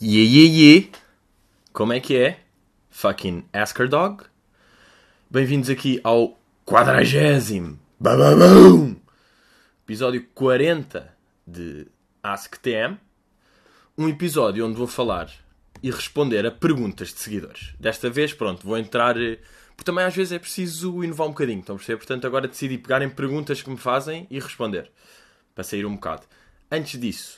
Iê. Como é que é? Fucking Asker Dog. Bem-vindos aqui ao 40º bababum, episódio 40 de Ask TM. Um episódio onde vou falar e responder a perguntas de seguidores. Desta vez, pronto, vou entrar... Porque também às vezes é preciso inovar um bocadinho, estão a perceber? Portanto, agora decidi pegar em perguntas que me fazem e responder. Para sair um bocado. Antes disso...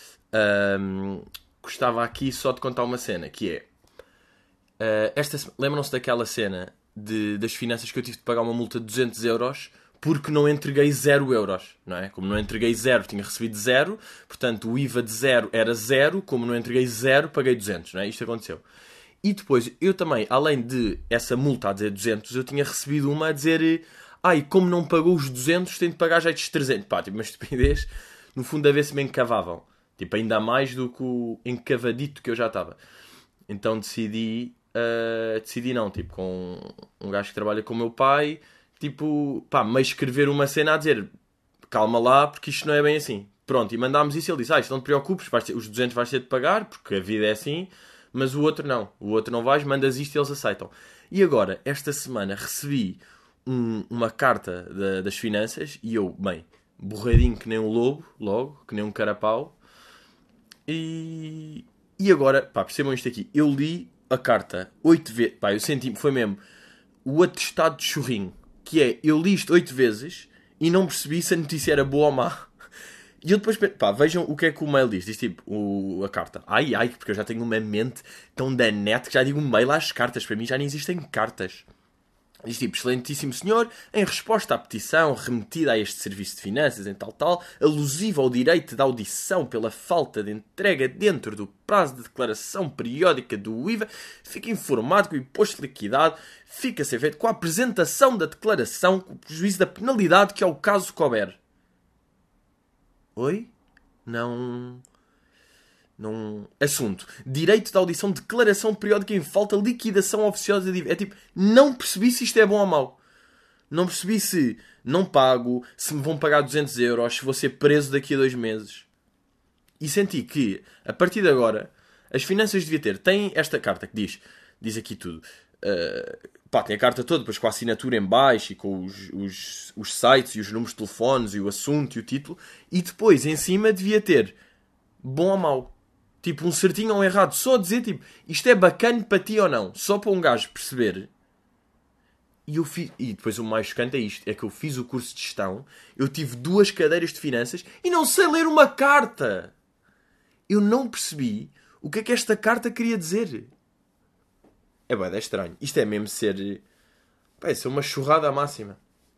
gostava aqui só de contar uma cena, que é... lembram-se daquela cena das finanças que eu tive de pagar uma multa de 200 euros porque não entreguei 0 euros, não é? Como não entreguei 0, tinha recebido 0, portanto o IVA de 0 era 0, como não entreguei 0, paguei 200, não é? Isto aconteceu. E depois, eu também, além de essa multa a dizer 200, eu tinha recebido uma a dizer... como não pagou os 200, tem de pagar já estes 300. Pá, tipo, uma estupidez. No fundo, a ver se me encavavam. Tipo, ainda mais do que o encavadito que eu já estava. Então decidi não, tipo, com um gajo que trabalha com o meu pai, tipo, pá, meio escrever uma cena a dizer, calma lá, porque isto não é bem assim. Pronto, e mandámos isso e ele disse, isto não te preocupes, os 200 vais ter de pagar, porque a vida é assim, mas o outro não vais, mandas isto e eles aceitam. E agora, esta semana, recebi uma carta das finanças e eu, bem, borradinho que nem um lobo, logo, que nem um carapau. E agora, pá, percebam isto aqui. Eu li a carta 8 vezes. Pá, eu senti-me, foi mesmo o atestado de churrinho. Que é, eu li isto 8 vezes e não percebi se a notícia era boa ou má. E eu depois, pá, vejam o que é que o mail diz. Diz tipo, a carta. Porque eu já tenho uma mente tão da net que já digo mail às cartas. Para mim já nem existem cartas. Diz tipo, excelentíssimo senhor, em resposta à petição remetida a este serviço de finanças em tal, alusiva ao direito de audição pela falta de entrega dentro do prazo de declaração periódica do IVA, fica informado que o imposto liquidado fica a ser feito com a apresentação da declaração com o prejuízo da penalidade que ao caso couber. Oi? Não... Assunto. Direito de audição, declaração periódica em falta, liquidação oficiosa de IVA. É tipo, não percebi se isto é bom ou mau. Não percebi se não pago, se me vão pagar 200 euros, se vou ser preso daqui a 2 meses. E senti que, a partir de agora, as finanças devia ter. Tem esta carta que diz aqui tudo. Tem a carta toda, depois com a assinatura em baixo e com os sites e os números de telefones e o assunto e o título. E depois, em cima, devia ter bom ou mau. Tipo, um certinho ou um errado. Só dizer, tipo, isto é bacana para ti ou não. Só para um gajo perceber. E depois o mais chocante é isto. É que eu fiz o curso de gestão. Eu tive 2 cadeiras de finanças. E não sei ler uma carta. Eu não percebi o que é que esta carta queria dizer. É estranho. Isto é mesmo ser... ser uma churrada máxima.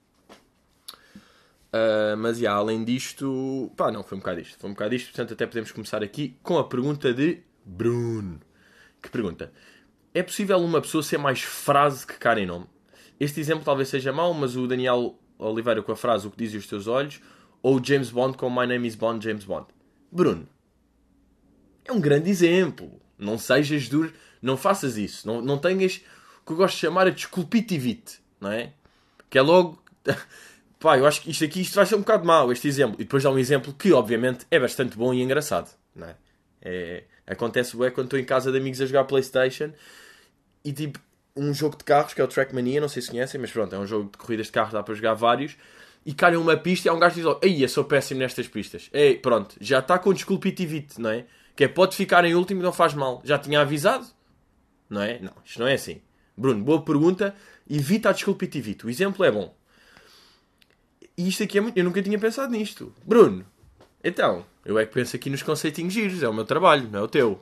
Mas, além disto... foi um bocado isto. Portanto, até podemos começar aqui com a pergunta de Bruno. Que pergunta: é possível uma pessoa ser mais frase que cara e nome? Este exemplo talvez seja mau, mas o Daniel Oliveira com a frase o que dizem os teus olhos, ou o James Bond com My Name is Bond, James Bond. Bruno, é um grande exemplo. Não sejas duro, não faças isso. Não tenhas o que eu gosto de chamar a desculpitivite, não é? Que é logo... eu acho que isto vai ser um bocado mau, este exemplo. E depois dá um exemplo que, obviamente, é bastante bom e engraçado. Não é? Acontece quando estou em casa de amigos a jogar PlayStation e, tipo, um jogo de carros, que é o Trackmania, não sei se conhecem, mas pronto, é um jogo de corridas de carros, dá para jogar vários, e calham uma pista e há um gajo que diz, eu sou péssimo nestas pistas. Pronto, já está com desculpitivite, não é? Que é, pode ficar em último e não faz mal. Já tinha avisado? Não é? Não, isto não é assim. Bruno, boa pergunta. Evita a desculpitivite. O exemplo é bom. E isto aqui é muito... Eu nunca tinha pensado nisto. Bruno, então, eu é que penso aqui nos conceitinhos giros. É o meu trabalho, não é o teu.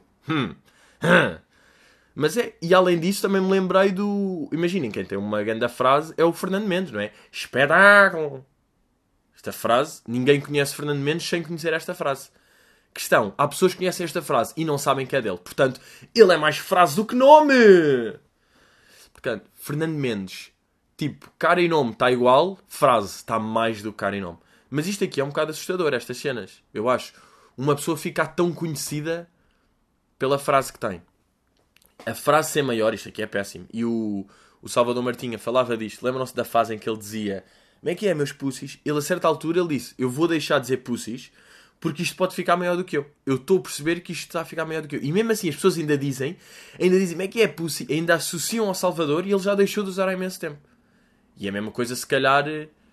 Mas e além disso também me lembrei do... Imaginem, quem tem uma grande frase é o Fernando Mendes, não é? Espetáculo! Esta frase, ninguém conhece Fernando Mendes sem conhecer esta frase. Questão, há pessoas que conhecem esta frase e não sabem que é dele. Portanto, ele é mais frase do que nome! Portanto, Fernando Mendes... Tipo, cara e nome está igual, frase está mais do que cara e nome. Mas isto aqui é um bocado assustador, estas cenas. Eu acho. Uma pessoa ficar tão conhecida pela frase que tem. A frase ser maior, isto aqui é péssimo. E o Salvador Martinha falava disto. Lembram-se da fase em que ele dizia: como é que é, meus pussies? Ele, a certa altura, ele disse: eu vou deixar de dizer pussies porque isto pode ficar maior do que eu. Eu estou a perceber que isto está a ficar maior do que eu. E mesmo assim as pessoas ainda dizem, como é que é pussy? Ainda associam ao Salvador e ele já deixou de usar há imenso tempo. E é a mesma coisa se calhar...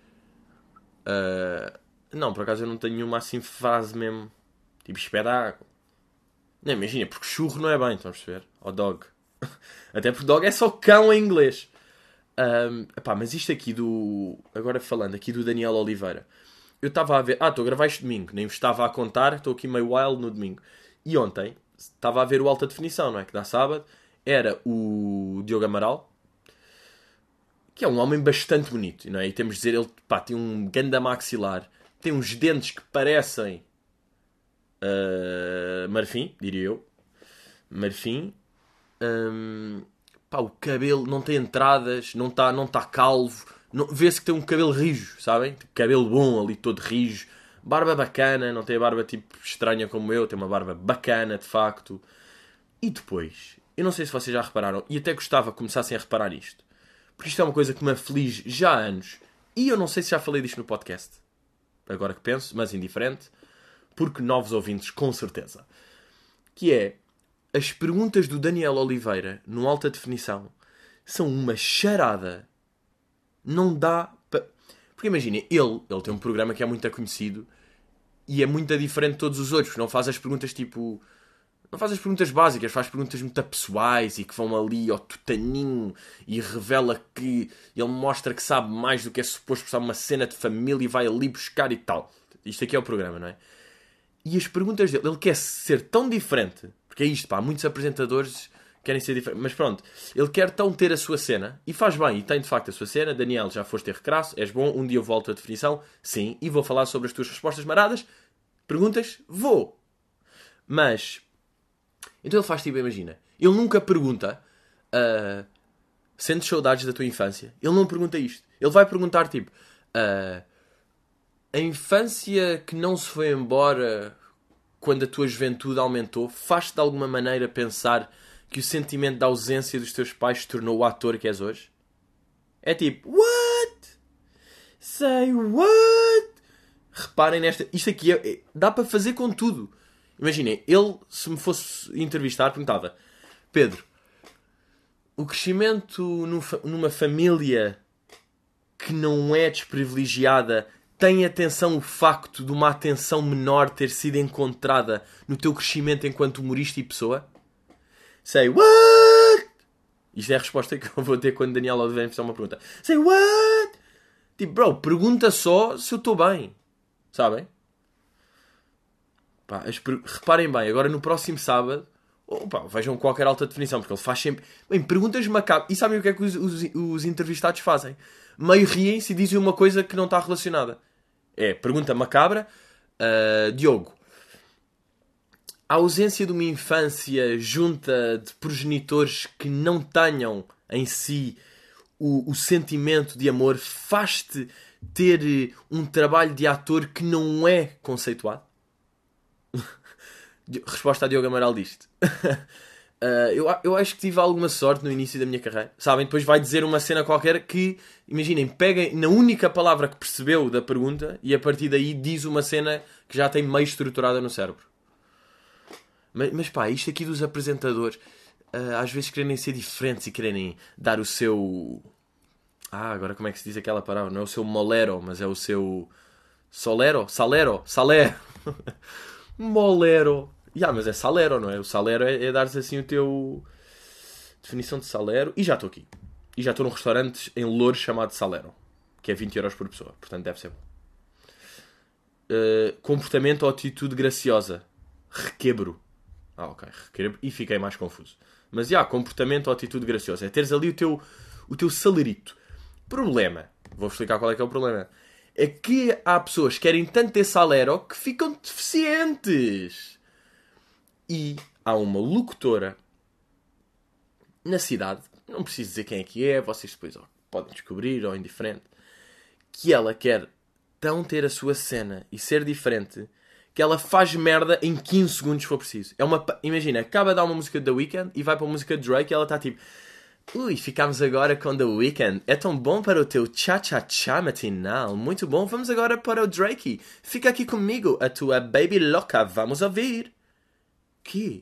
não, por acaso eu não tenho nenhuma assim frase mesmo. Tipo espetáculo. Não, imagina, porque churro não é bem, estão a perceber? Ou dog. Até porque dog é só cão em inglês. Mas isto aqui do... Agora falando aqui do Daniel Oliveira. Eu estava a ver... estou a gravar este domingo. Nem vos estava a contar. Estou aqui meio wild no domingo. E ontem estava a ver o Alta Definição, não é? Que dá sábado. Era o Diogo Amaral. Que é um homem bastante bonito, não é? E temos de dizer, ele tem um ganda maxilar. Tem uns dentes que parecem... marfim, diria eu. Marfim. O cabelo não tem entradas, não tá calvo, vê-se que tem um cabelo rijo, sabem? Cabelo bom ali, todo rijo, barba bacana, não tem a barba tipo estranha como eu, tem uma barba bacana de facto. E depois, eu não sei se vocês já repararam, e até gostava que começassem a reparar isto, porque isto é uma coisa que me aflige já há anos, e eu não sei se já falei disto no podcast, agora que penso, mas indiferente, porque novos ouvintes com certeza, que é: as perguntas do Daniel Oliveira, no Alta Definição, são uma charada. Não dá para... Porque imaginem, ele tem um programa que é muito conhecido e é muito diferente de todos os outros. Não faz as perguntas tipo... Não faz as perguntas básicas, faz perguntas muito pessoais e que vão ali ao tutaninho e revela que... Ele mostra que sabe mais do que é suposto, por sabe uma cena de família e vai ali buscar e tal. Isto aqui é o programa, não é? E as perguntas dele... Ele quer ser tão diferente... Porque é isto, muitos apresentadores querem ser diferentes. Mas pronto, ele quer tão ter a sua cena. E faz bem, e tem de facto a sua cena. Daniel, já foste ter recrasso, és bom. Um dia eu volto à definição. Sim, e vou falar sobre as tuas respostas maradas. Perguntas? Vou. Mas, então ele faz tipo, imagina. Ele nunca pergunta, sentes saudades da tua infância? Ele não pergunta isto. Ele vai perguntar tipo, a infância que não se foi embora... quando a tua juventude aumentou, faz-te de alguma maneira pensar que o sentimento da ausência dos teus pais te tornou o ator que és hoje? É tipo, what? Say what? Reparem nesta... Isto aqui dá para fazer com tudo. Imaginem, ele, se me fosse entrevistar, perguntava: Pedro, o crescimento numa família que não é desprivilegiada... tem atenção o facto de uma atenção menor ter sido encontrada no teu crescimento enquanto humorista e pessoa? Say what? Isto é a resposta que eu vou ter quando Daniel Oliveira me fizer uma pergunta. Say what? Tipo, bro, pergunta só se eu estou bem. Sabem? Reparem bem, agora no próximo sábado, vejam qualquer Alta Definição, porque ele faz sempre... Bem, perguntas macabras. E sabem o que é que os entrevistados fazem? Meio riem-se e dizem uma coisa que não está relacionada. Pergunta macabra. Diogo, a ausência de uma infância junta de progenitores que não tenham em si o sentimento de amor faz-te ter um trabalho de ator que não é conceituado? Resposta a Diogo Amaral disto. Eu acho que tive alguma sorte no início da minha carreira. Sabem? Depois vai dizer uma cena qualquer que, imaginem, peguem na única palavra que percebeu da pergunta e a partir daí diz uma cena que já tem meio estruturada no cérebro. Mas isto aqui dos apresentadores, às vezes querem ser diferentes e querem dar o seu... agora como é que se diz aquela palavra? Não é o seu molero, mas é o seu... Solero? Salero? Salé? Molero. Mas é salero, não é? O salero é dares assim o teu... Definição de salero. E já estou aqui. E já estou num restaurante em Loures chamado Salero. Que é 20€ por pessoa. Portanto deve ser bom. Comportamento ou atitude graciosa. Requebro. Ok. Requebro. E fiquei mais confuso. Mas comportamento ou atitude graciosa. É teres ali o teu salerito. Problema. Vou explicar qual é que é o problema. É que há pessoas que querem tanto ter salero que ficam deficientes. E há uma locutora na cidade, não preciso dizer quem é que é, vocês depois podem descobrir, ou indiferente, que ela quer tão ter a sua cena e ser diferente, que ela faz merda em 15 segundos se for preciso. Imagina, acaba de dar uma música da Weeknd e vai para a música de Drake e ela está tipo... Ui, ficámos agora com The Weeknd. É tão bom para o teu cha-cha-cha matinal. Muito bom. Vamos agora para o Drake. Fica aqui comigo, a tua baby louca. Vamos ouvir. Que?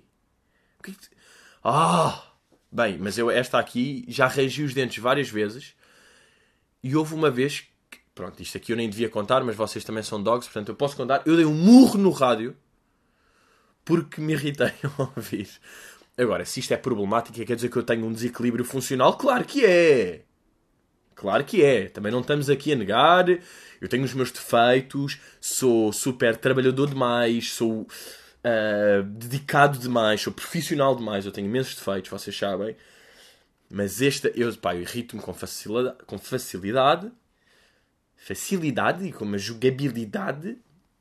Ah! Bem, mas eu esta aqui já regi os dentes várias vezes. E houve uma vez... Pronto, isto aqui eu nem devia contar, mas vocês também são dogs, portanto eu posso contar. Eu dei um murro no rádio porque me irritei ao ouvir. Agora, se isto é problemático, quer dizer que eu tenho um desequilíbrio funcional? Claro que é! Claro que é. Também não estamos aqui a negar. Eu tenho os meus defeitos, sou super trabalhador demais, sou dedicado demais, sou profissional demais. Eu tenho imensos defeitos, vocês sabem. Mas eu irrito-me com facilidade e com uma jogabilidade.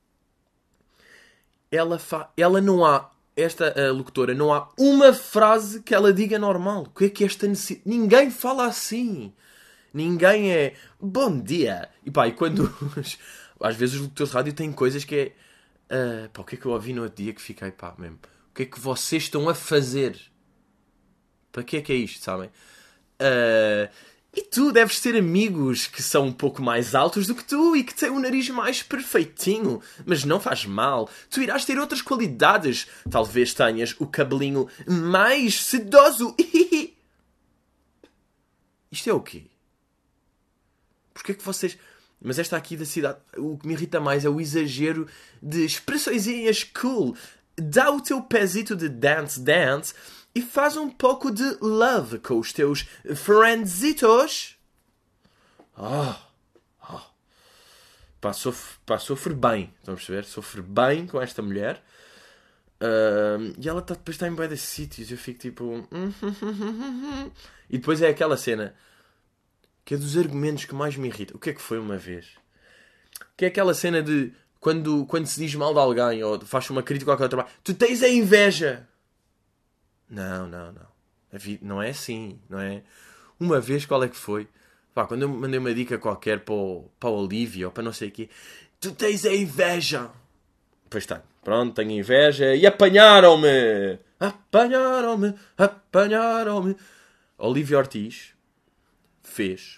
Ela não há, esta locutora, não há uma frase que ela diga normal. O que é esta necessidade? Ninguém fala assim. Ninguém é bom dia. E quando às vezes os locutores de rádio têm coisas que é o que é que eu ouvi no outro dia que fiquei mesmo. O que é que vocês estão a fazer? Para que é isto, sabem? E tu deves ter amigos que são um pouco mais altos do que tu e que têm o nariz mais perfeitinho. Mas não faz mal. Tu irás ter outras qualidades. Talvez tenhas o cabelinho mais sedoso. Isto é o quê? Porquê que vocês... Mas esta aqui da cidade... O que me irrita mais é o exagero de expressõezinhas cool. Dá o teu pezito de dance e faz um pouco de love com os teus friendsitos. Sofre bem. Estão a perceber? Sofre bem com esta mulher. E ela depois está em bué de sítios. Eu fico tipo... E depois é aquela cena... que é dos argumentos que mais me irrita. O que é que foi uma vez? Que é aquela cena de... Quando se diz mal de alguém ou faz uma crítica ao trabalho. Tu tens a inveja. Não. A vida não é assim, não é? Uma vez, qual é que foi? Quando eu mandei uma dica qualquer para o Olívio ou para não sei o quê. Tu tens a inveja. Pois tá. Pronto, tenho inveja. E apanharam-me. Olívio Ortiz fez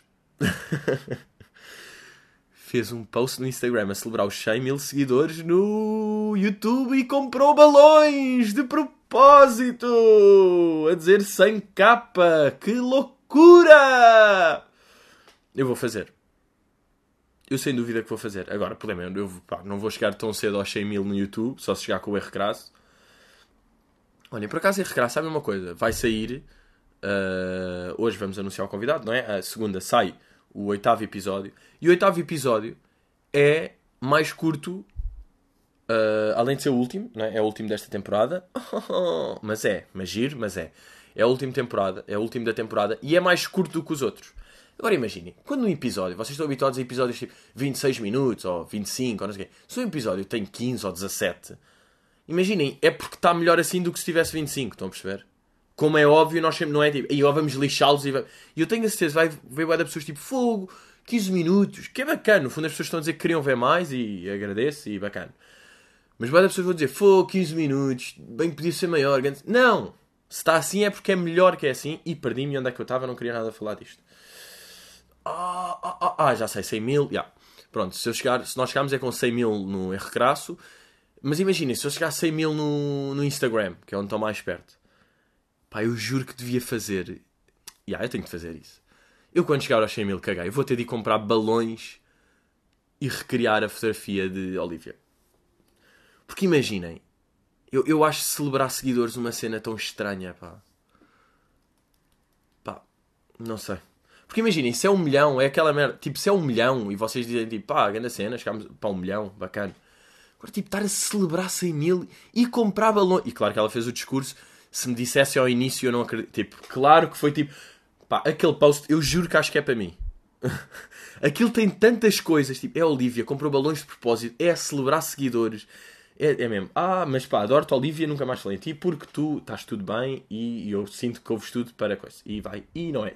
um post no Instagram a celebrar os 100.000 seguidores no YouTube e comprou balões de propósito a dizer 100k. Que loucura! Eu vou fazer. Eu sem dúvida que vou fazer. Agora, o problema é eu não vou chegar tão cedo aos 100.000 no YouTube, só se chegar com o erro crasso. Olhem, por acaso erro crasso, sabe uma coisa? Vai sair... hoje vamos anunciar o convidado, não é? A segunda sai o 8º episódio. E o 8º episódio é mais curto, além de ser o último, não é? É o último desta temporada. Mas giro. É a última temporada, é o último da temporada e é mais curto do que os outros. Agora imaginem, quando um episódio, vocês estão habituados a episódios tipo 26 minutos ou 25 ou não sei o quê. Se um episódio tem 15 ou 17, imaginem, é porque está melhor assim do que se tivesse 25, estão a perceber? Como é óbvio, nós sempre não é tipo, e vamos lixá-los e eu tenho a certeza, vai ver bué de pessoas tipo, fogo, 15 minutos, que é bacana. No fundo as pessoas estão a dizer que queriam ver mais e agradeço e bacana. Mas bué de pessoas vão dizer, fogo, 15 minutos, bem que podia ser maior. Não! Se está assim é porque é melhor que é assim. E perdi-me onde é que eu estava, não queria nada falar disto. Já sei, 100.000, Pronto, se nós chegarmos é com 100.000 no erro crasso. Mas imaginem, se eu chegar a 100.000 no Instagram, que é onde estou mais perto. Eu juro que devia fazer. Eu tenho que fazer isso. Eu quando chegar aos 100.000 caguei. Eu vou ter de ir comprar balões e recriar a fotografia de Olívia. Porque imaginem. Eu acho celebrar seguidores uma cena tão estranha, Não sei. Porque imaginem, se é 1 milhão, é aquela merda. Tipo, se é 1 milhão e vocês dizem tipo, grande cena, chegámos para 1 milhão, bacana. Agora, tipo, estar a celebrar 100.000 e comprar balões. E claro que ela fez o discurso. Se me dissesse ao início, eu não acredito. Tipo, claro que foi tipo... aquele post, eu juro que acho que é para mim. Aquilo tem tantas coisas. Tipo, é a Olívia, comprou balões de propósito. É a celebrar seguidores. É mesmo. Mas adoro-te, Olívia, nunca mais falei em ti. Porque tu estás tudo bem e eu sinto que ouves tudo para coisa. E vai. E não é.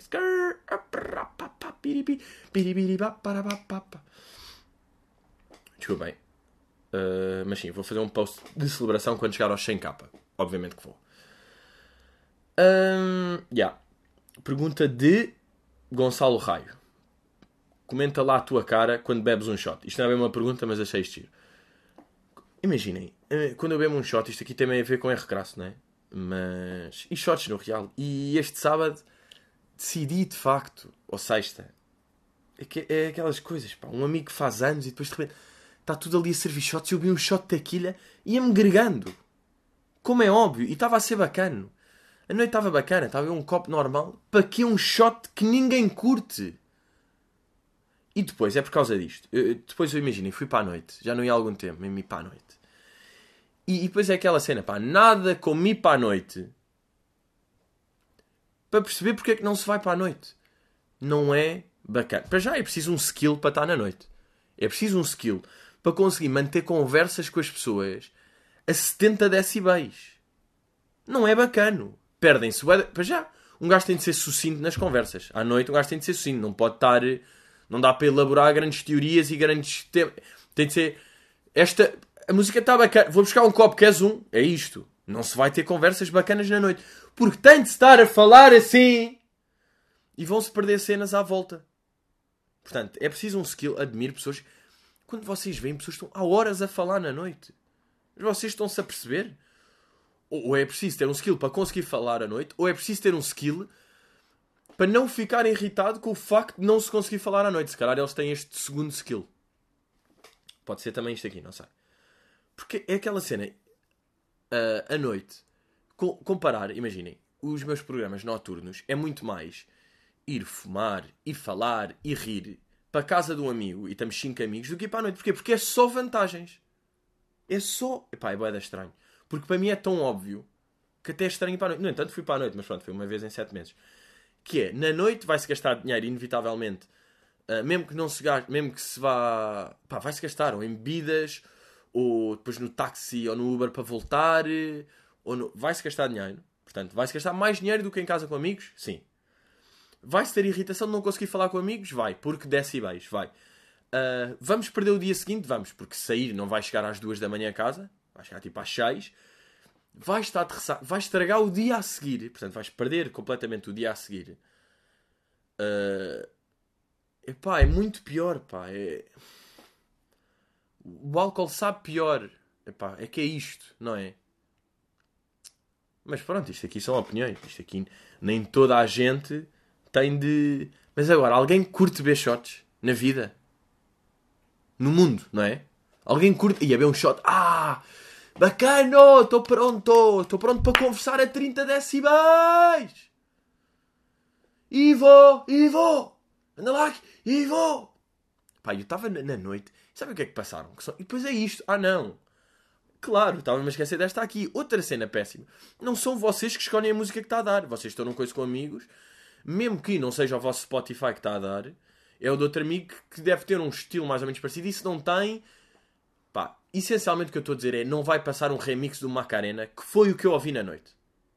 Desculpa bem. Mas sim, vou fazer um post de celebração quando chegar aos 100k. Obviamente que vou. Pergunta de Gonçalo Raio. Comenta lá a tua cara quando bebes um shot. Isto não é bem uma pergunta, mas achei isto giro. Imaginem, quando eu bebo um shot, isto aqui tem a ver com R crasso, não é? Mas... E shots no real. E este sábado decidi de facto, ou sexta, é aquelas coisas, pá. Um amigo que faz anos e depois de repente está tudo ali a servir shots e eu vi um shot de tequila e ia-me gregando. Como é óbvio. E estava a ser bacana. A noite estava bacana. Estava a ver um copo normal. Para que um shot que ninguém curte? E depois, é por causa disto. Depois eu imagino, fui para a noite. Já não ia há algum tempo, mesmo ir para a noite. E depois é aquela cena, pá. Nada como ir para a noite. Para perceber porque é que não se vai para a noite. Não é bacana. Para já é preciso um skill para estar na noite. É preciso um skill para conseguir manter conversas com as pessoas a 70 decibéis. Não é bacano. Perdem-se. Para já, um gajo tem de ser sucinto nas conversas. À noite um gajo tem de ser sucinto. Não pode estar... Não dá para elaborar grandes teorias e grandes temas. Tem de ser... A música está bacana. Vou buscar um copo, queres um? É isto. Não se vai ter conversas bacanas na noite. Porque tem de estar a falar assim... E vão-se perder cenas à volta. Portanto, é preciso um skill. Admiro pessoas... Quando vocês veem pessoas que estão há horas a falar na noite. Mas vocês estão-se a perceber? Ou é preciso ter um skill para conseguir falar à noite, ou é preciso ter um skill para não ficar irritado com o facto de não se conseguir falar à noite. Se calhar eles têm este segundo skill. Pode ser também isto aqui, não sei. Porque é aquela cena... à noite... Comparar, imaginem, os meus programas noturnos é muito mais ir fumar, ir falar, ir rir para a casa de um amigo e estamos 5 amigos do que ir para a noite. Porquê? Porque é só vantagens. É só... Epá, é bué da estranho. Porque para mim é tão óbvio que até é estranho ir para a noite. No entanto, fui para a noite, mas pronto, foi uma vez em 7 meses. Que é, na noite vai-se gastar dinheiro, inevitavelmente. Mesmo que não se gaste, mesmo que se vá... Pá, vai-se gastar ou em bebidas, ou depois no táxi ou no Uber para voltar, vai-se gastar dinheiro. Portanto, vai-se gastar mais dinheiro do que em casa com amigos? Sim. Vai-se ter irritação de não conseguir falar com amigos? Vai, porque decibéis, vai. Vamos perder o dia seguinte? Vamos, porque sair não vai chegar às 2 da manhã a casa, vai chegar tipo às 6. Vais estar de ressaca, vais estragar o dia a seguir, portanto vais perder completamente o dia a seguir. Epá, é muito pior, pá. O álcool sabe pior. Epá, é que é isto, não é? Mas pronto, isto aqui são opiniões. Isto aqui nem toda a gente tem de... Mas agora, alguém curte beber shots na vida? No mundo, não é? Alguém curte... Ia beber um shot. Bacano! Estou pronto! Estou pronto para conversar a 30 decibéis! Ivo! Anda lá! Ivo! Pá, eu estava na noite... Sabe o que é que passaram? E depois é isto. Não. Claro, estava-me a esquecer desta aqui. Outra cena péssima. Não são vocês que escolhem a música que está a dar. Vocês estão num coisa com amigos. Mesmo que não seja o vosso Spotify que está a dar, é o de outro amigo que deve ter um estilo mais ou menos parecido. E se não tem... Pá, essencialmente o que eu estou a dizer é não vai passar um remix do Macarena, que foi o que eu ouvi na noite.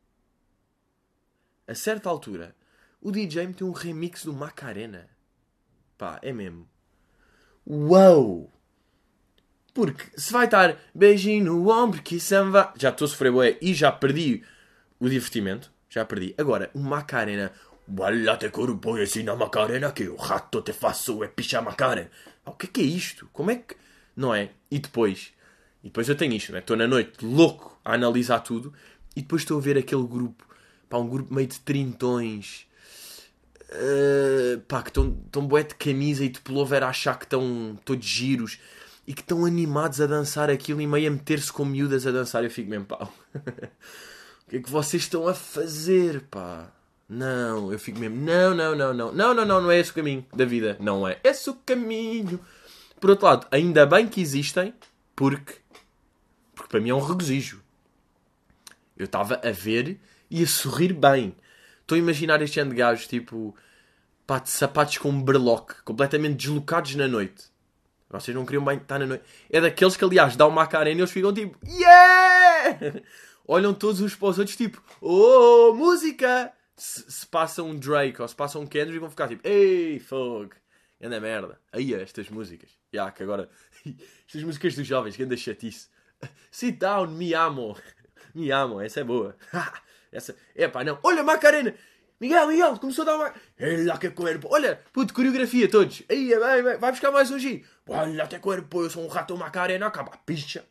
A certa altura, o DJ meteu um remix do Macarena. Pá, é mesmo. Uau! Porque se vai estar beijinho no ombro que samba... Já estou a sofrer bué e já perdi o divertimento. Já perdi. Agora, o Macarena... Bala-te corpo e assim na Macarena que o rato te faço é picha Macarena. O que é isto? Como é que... Não é? E depois eu tenho isto, não é? Estou na noite louco a analisar tudo e depois estou a ver aquele grupo, pá, um grupo meio de trintões, pá, que estão bué de camisa e de pullover a achar que estão todos giros e que estão animados a dançar aquilo e meio a meter-se com miúdas a dançar. Eu fico mesmo, pá, o que é que vocês estão a fazer, pá? Não, eu fico mesmo, não é esse o caminho da vida, não é esse o caminho. Por outro lado, ainda bem que existem, porque para mim é um regozijo. Eu estava a ver e a sorrir bem. Estou a imaginar este ano de gajos, tipo, pá, de sapatos com berloque, completamente deslocados na noite. Vocês não queriam bem estar na noite. É daqueles que, aliás, dá uma Macarena e eles ficam tipo, yeah! Olham todos uns para os outros, tipo, oh, música! Se passa um Drake ou se passa um Kendrick, vão ficar tipo, ei, fogo. Anda merda. Aí estas músicas. Que agora... Estas músicas dos jovens, que anda chatice. Sit down, me amo. Me amo, essa é boa. Essa... Epá, não. Olha, Macarena. Miguel, começou a dar uma... Olha que corpo. Olha, puto, coreografia todos. Aí, vai buscar mais um G. Olha que corpo, eu sou um rato macarena, acaba a picha.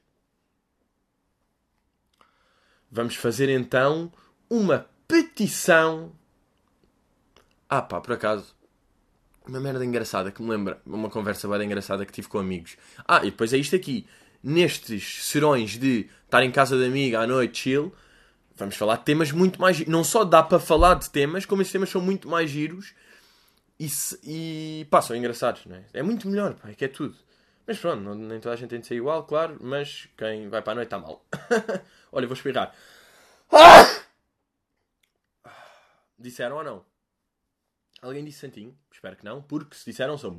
Vamos fazer então uma petição. Por acaso, uma merda engraçada que me lembra, uma conversa bem engraçada que tive com amigos. E depois é isto aqui. Nestes serões de estar em casa de amiga à noite, chill, vamos falar de temas muito mais... Não só dá para falar de temas, como esses temas são muito mais giros e são engraçados, não é? É muito melhor, pá, é que é tudo. Mas pronto, nem toda a gente tem de ser igual, claro, mas quem vai para a noite está mal. Olha, vou espirrar. Disseram ou não? Alguém disse santinho? Espero que não, porque se disseram são...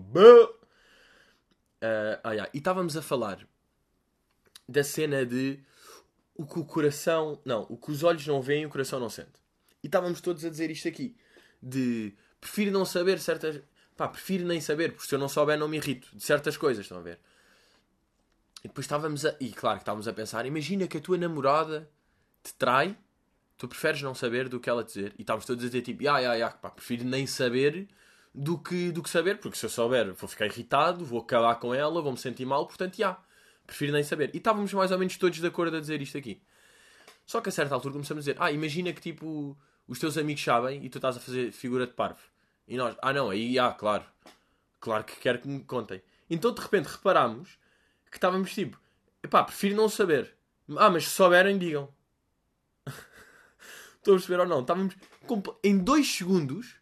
E estávamos a falar da cena de o que o coração... Não, o que os olhos não veem, o coração não sente. E estávamos todos a dizer isto aqui. De... Prefiro não saber certas... prefiro nem saber, porque se eu não souber não me irrito. De certas coisas, estão a ver? E depois estávamos a... E claro que estávamos a pensar, imagina que a tua namorada te trai, tu preferes não saber do que ela dizer. E estávamos todos a dizer tipo, prefiro nem saber do que saber, porque se eu souber vou ficar irritado, vou acabar com ela, vou-me sentir mal, portanto, prefiro nem saber. E estávamos mais ou menos todos de acordo a dizer isto aqui. Só que a certa altura começamos a dizer, imagina que tipo, os teus amigos sabem e tu estás a fazer figura de parvo. E nós, não, aí, claro. Claro que quero que me contem. Então de repente reparámos que estávamos tipo, prefiro não saber. Mas se souberem, digam. Estou a perceber ou não? Estávamos em 2 segundos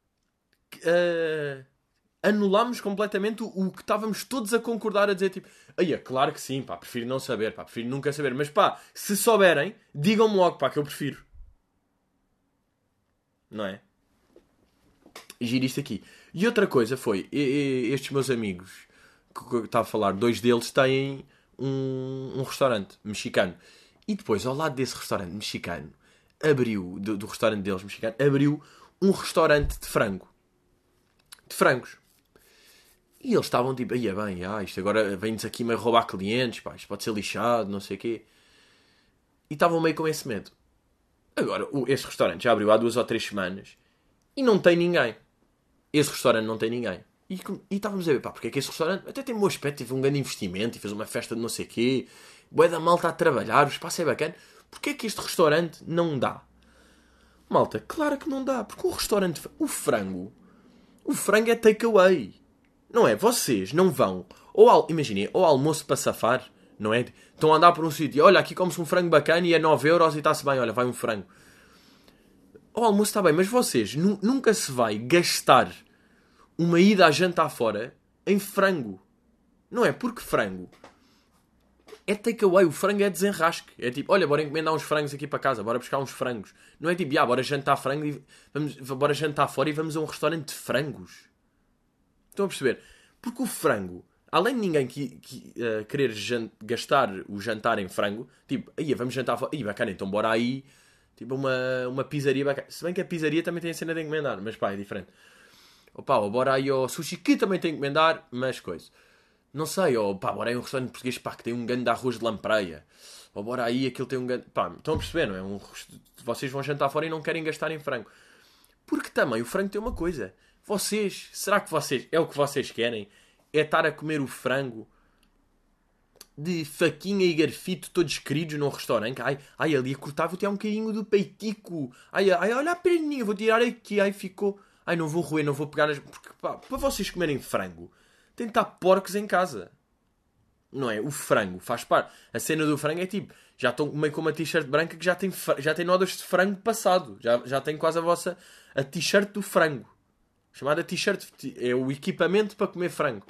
anulámos completamente o que estávamos todos a concordar a dizer tipo, claro que sim, prefiro não saber, prefiro nunca saber, mas se souberem, digam-me logo, que eu prefiro. Não é? Giro isto aqui. E outra coisa foi, estes meus amigos que eu estava a falar, 2 deles têm um restaurante mexicano. E depois, ao lado desse restaurante mexicano, abriu, do restaurante deles mexicano, abriu um restaurante de frango. De frangos. E eles estavam tipo, isto agora vem-nos aqui meio roubar clientes, isto pode ser lixado, não sei o quê. E estavam meio com esse medo. Agora, esse restaurante já abriu há 2 ou 3 semanas e não tem ninguém. Esse restaurante não tem ninguém. E estávamos a ver, porque é que esse restaurante até tem um bom aspecto, teve um grande investimento e fez uma festa de não sei o quê. Bué da malta a trabalhar, o espaço é bacana. Porquê é que este restaurante não dá? Malta, claro que não dá, porque o restaurante... O frango é takeaway. Não é? Vocês não vão... Imaginem, ou almoço para safar, não é? Estão a andar por um sítio, olha, aqui come-se um frango bacana e é 9€ e está-se bem, olha, vai um frango. O almoço está bem, mas vocês nunca se vai gastar uma ida à jantar fora em frango. Não é? Porque frango é takeaway, o frango é desenrasque. É tipo, olha, bora encomendar uns frangos aqui para casa, bora buscar uns frangos. Não é tipo, bora jantar frango e bora jantar fora e vamos a um restaurante de frangos. Estão a perceber? Porque o frango, além de ninguém querer gastar o jantar em frango, tipo, vamos jantar fora, bacana, então bora aí, tipo, uma pizzaria bacana. Se bem que a pizzaria também tem a cena de encomendar, mas é diferente. Ou bora aí ao sushi, que também tem que encomendar, mas coisa. Não sei, bora aí um restaurante português, que tem um grande arroz de lampreia. Ou bora aí, aquilo tem um grande... estão a perceber, não é? Vocês vão jantar fora e não querem gastar em frango. Porque também o frango tem uma coisa. Será que é o que vocês querem? É estar a comer o frango de faquinha e garfito todos queridos num restaurante? Ali a cortar vou tirar um bocadinho do peitico. Olha a perninha, vou tirar aqui. Ficou... não vou roer, não vou pegar nas... Porque, para vocês comerem frango, tem de estar porcos em casa. Não é? O frango faz parte. A cena do frango é tipo... Já estou meio com uma t-shirt branca que já tem nódoas de frango passado. Já tem quase a t-shirt do frango. Chamada t-shirt. É o equipamento para comer frango.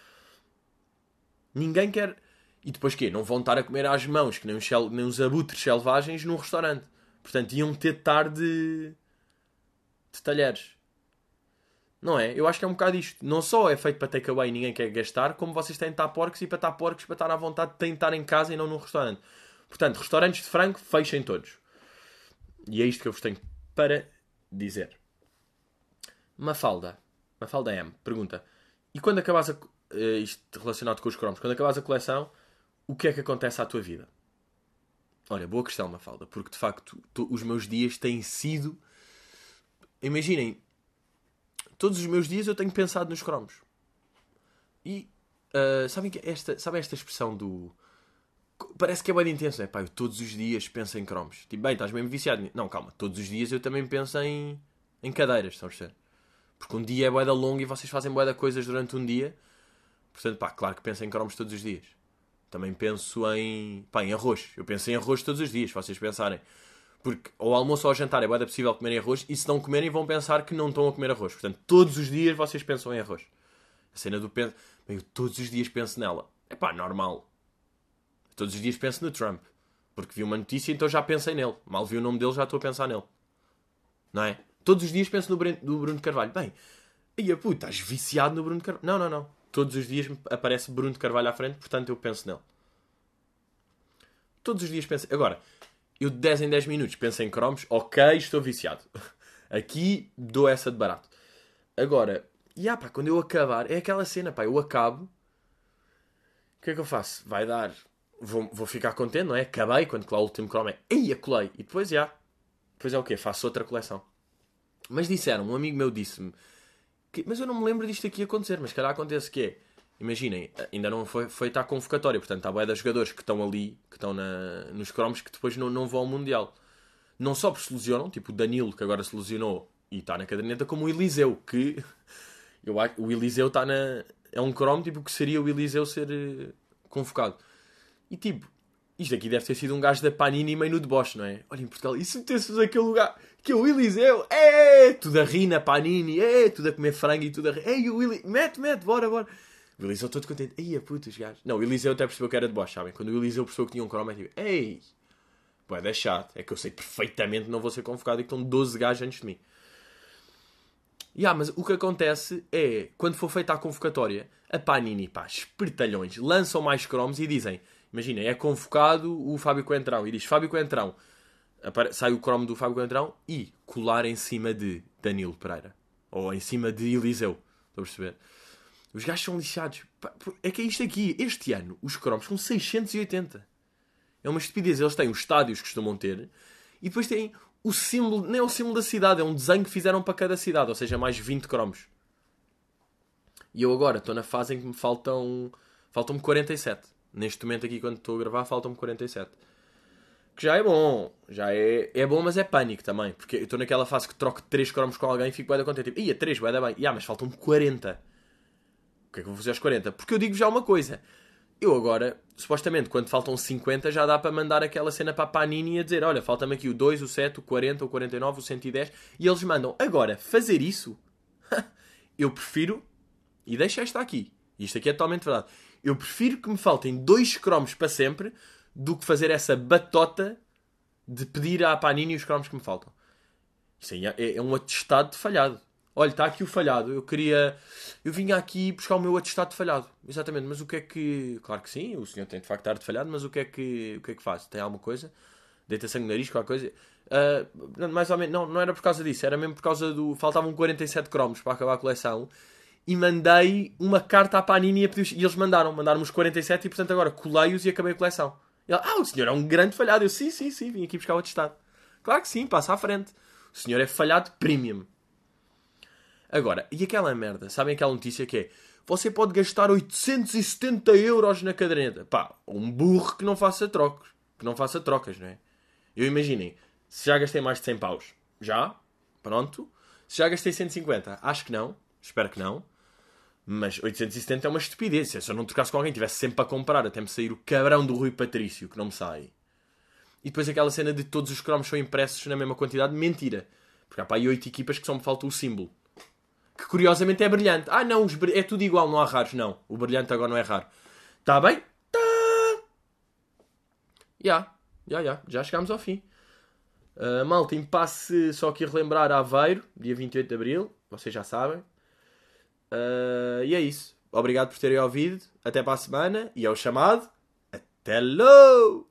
Ninguém quer... E depois quê? Não vão estar a comer às mãos, que nem uns abutres selvagens num restaurante. Portanto, iam ter de estar de talheres. Não é? Eu acho que é um bocado isto. Não só é feito para takeaway e ninguém quer gastar, como vocês têm de estar porcos, e para estar porcos, para estar à vontade, têm de estar em casa e não num restaurante. Portanto, restaurantes de frango, fechem todos. E é isto que eu vos tenho para dizer. Mafalda M. Pergunta. E quando acabas isto relacionado com os cromos, quando acabas a coleção, o que é que acontece à tua vida? Olha, boa questão, Mafalda. Porque, de facto, os meus dias têm sido imaginem, todos os meus dias eu tenho pensado nos cromos. E sabem esta expressão do... Parece que é bem intenso, é pá, eu todos os dias penso em cromos. Tipo, bem, estás mesmo viciado. Não, calma, todos os dias eu também penso em cadeiras, estão a perceber? Porque um dia é bué da longo e vocês fazem bué da coisas durante um dia. Portanto, pá, claro que penso em cromos todos os dias. Também penso em arroz. Eu penso em arroz todos os dias, se vocês pensarem. Porque ao almoço ou ao jantar é bué da possível comerem arroz e se não comerem vão pensar que não estão a comer arroz. Portanto, todos os dias vocês pensam em arroz. A cena do penso... Bem, eu todos os dias penso nela. É pá, normal. Todos os dias penso no Trump. Porque vi uma notícia, então já pensei nele. Mal vi o nome dele, já estou a pensar nele. Não é? Todos os dias penso no Bruno Carvalho. Bem, ia puta, estás viciado no Bruno Carvalho. Não. Todos os dias aparece Bruno Carvalho à frente, portanto eu penso nele. Todos os dias penso... Agora, eu de 10 em 10 minutos penso em cromos. Ok, estou viciado. Aqui dou essa de barato. Agora, pá, quando eu acabar... É aquela cena, pá, eu acabo... O que é que eu faço? Vai dar... Vou ficar contente, não é? Acabei, quando colar o último cromo é... Ei, colei! E depois, Depois é o quê? Faço outra coleção. Mas disseram, um amigo meu disse-me... Mas eu não me lembro disto aqui acontecer. Mas calhar acontece que é... Imaginem, ainda não foi feita a convocatória. Portanto, há bué de jogadores que estão ali, que estão nos cromos, que depois não vão ao Mundial. Não só porque se lesionam, tipo o Danilo, que agora se lesionou e está na caderneta, como o Eliseu, que... o Eliseu está na... É um cromo, tipo, que seria o Eliseu ser convocado. E tipo, isto aqui deve ter sido um gajo da Panini meio no deboche, não é? Olha, em Portugal, e se metêssemos aquele lugar que é o Eliseu, tudo a rir na Panini, tudo a comer frango e tudo a rir, o Eliseu, mete, bora. O Eliseu todo contente, putos gajos. Não, o Eliseu até percebeu que era deboche, sabem? Quando o Eliseu percebeu que tinha um cromo, é tipo, é chato, é que eu sei perfeitamente que não vou ser convocado e que estão 12 gajos antes de mim. Mas o que acontece é, quando for feita a convocatória, a Panini, pá, espertalhões, lançam mais cromos e dizem... Imagina, é convocado o Fábio Coentrão e diz Fábio Coentrão. Sai o cromo do Fábio Coentrão e colar em cima de Danilo Pereira. Ou em cima de Eliseu. Estou a perceber? Os gajos são lixados. É que é isto aqui. Este ano, os cromos são 680. É uma estupidez. Eles têm os estádios que costumam ter e depois têm o símbolo, nem é o símbolo da cidade, é um desenho que fizeram para cada cidade. Ou seja, mais 20 cromos. E eu agora estou na fase em que me faltam-me 47. Neste momento aqui, quando estou a gravar, faltam-me 47. Que já é bom. Já é bom, mas é pânico também. Porque eu estou naquela fase que troco 3 cromos com alguém e fico bué da contente. Tipo, 3, bué da bem. Mas faltam-me 40. O que é que eu vou fazer aos 40? Porque eu digo já uma coisa. Eu agora, supostamente, quando faltam 50, já dá para mandar aquela cena para a Panini a dizer, olha, falta-me aqui o 2, o 7, o 40, o 49, o 110. E eles mandam. Agora, fazer isso, eu prefiro... E deixa esta aqui. Isto aqui é totalmente verdade. Eu prefiro que me faltem 2 cromos para sempre do que fazer essa batota de pedir à Panini os cromos que me faltam. Isso aí é um atestado de falhado. Olha, está aqui o falhado. Eu vinha aqui buscar o meu atestado de falhado. Exatamente, mas o que é que... Claro que sim, o senhor tem de facto estar de falhado, mas o que é que faz? Tem alguma coisa? Deita sangue no nariz, qualquer coisa? Mais ou menos, não era por causa disso. Era mesmo por causa do... Faltavam 47 cromos para acabar a coleção. E mandei uma carta à Panini e eles mandaram-me os 47 e portanto agora colei-os e acabei a coleção. E ela, o senhor é um grande falhado. Eu, sim, vim aqui buscar o atestado. Claro que sim, passa à frente. O senhor é falhado premium. Agora, e aquela merda? Sabem aquela notícia que é, você pode gastar 870 euros na caderneta. Pá, um burro que não faça trocos. Que não faça trocas, não é? Eu imaginem, se já gastei mais de 100 paus. Já? Pronto. Se já gastei 150, acho que não. Espero que não. Mas 870 é uma estupidez. Se eu não trocasse com alguém, tivesse sempre a comprar até me sair o cabrão do Rui Patrício, que não me sai. E depois aquela cena de todos os cromos são impressos na mesma quantidade. Mentira. Porque há para aí 8 equipas que só me falta o símbolo. Que curiosamente é brilhante. Não, é tudo igual, não há raros. Não, o brilhante agora não é raro. Está bem? Tá. Já chegámos ao fim. Malta, em passe só aqui a relembrar Aveiro, dia 28 de Abril. Vocês já sabem. E é isso. Obrigado por terem ouvido. Até para a semana. E é o chamado. Até logo!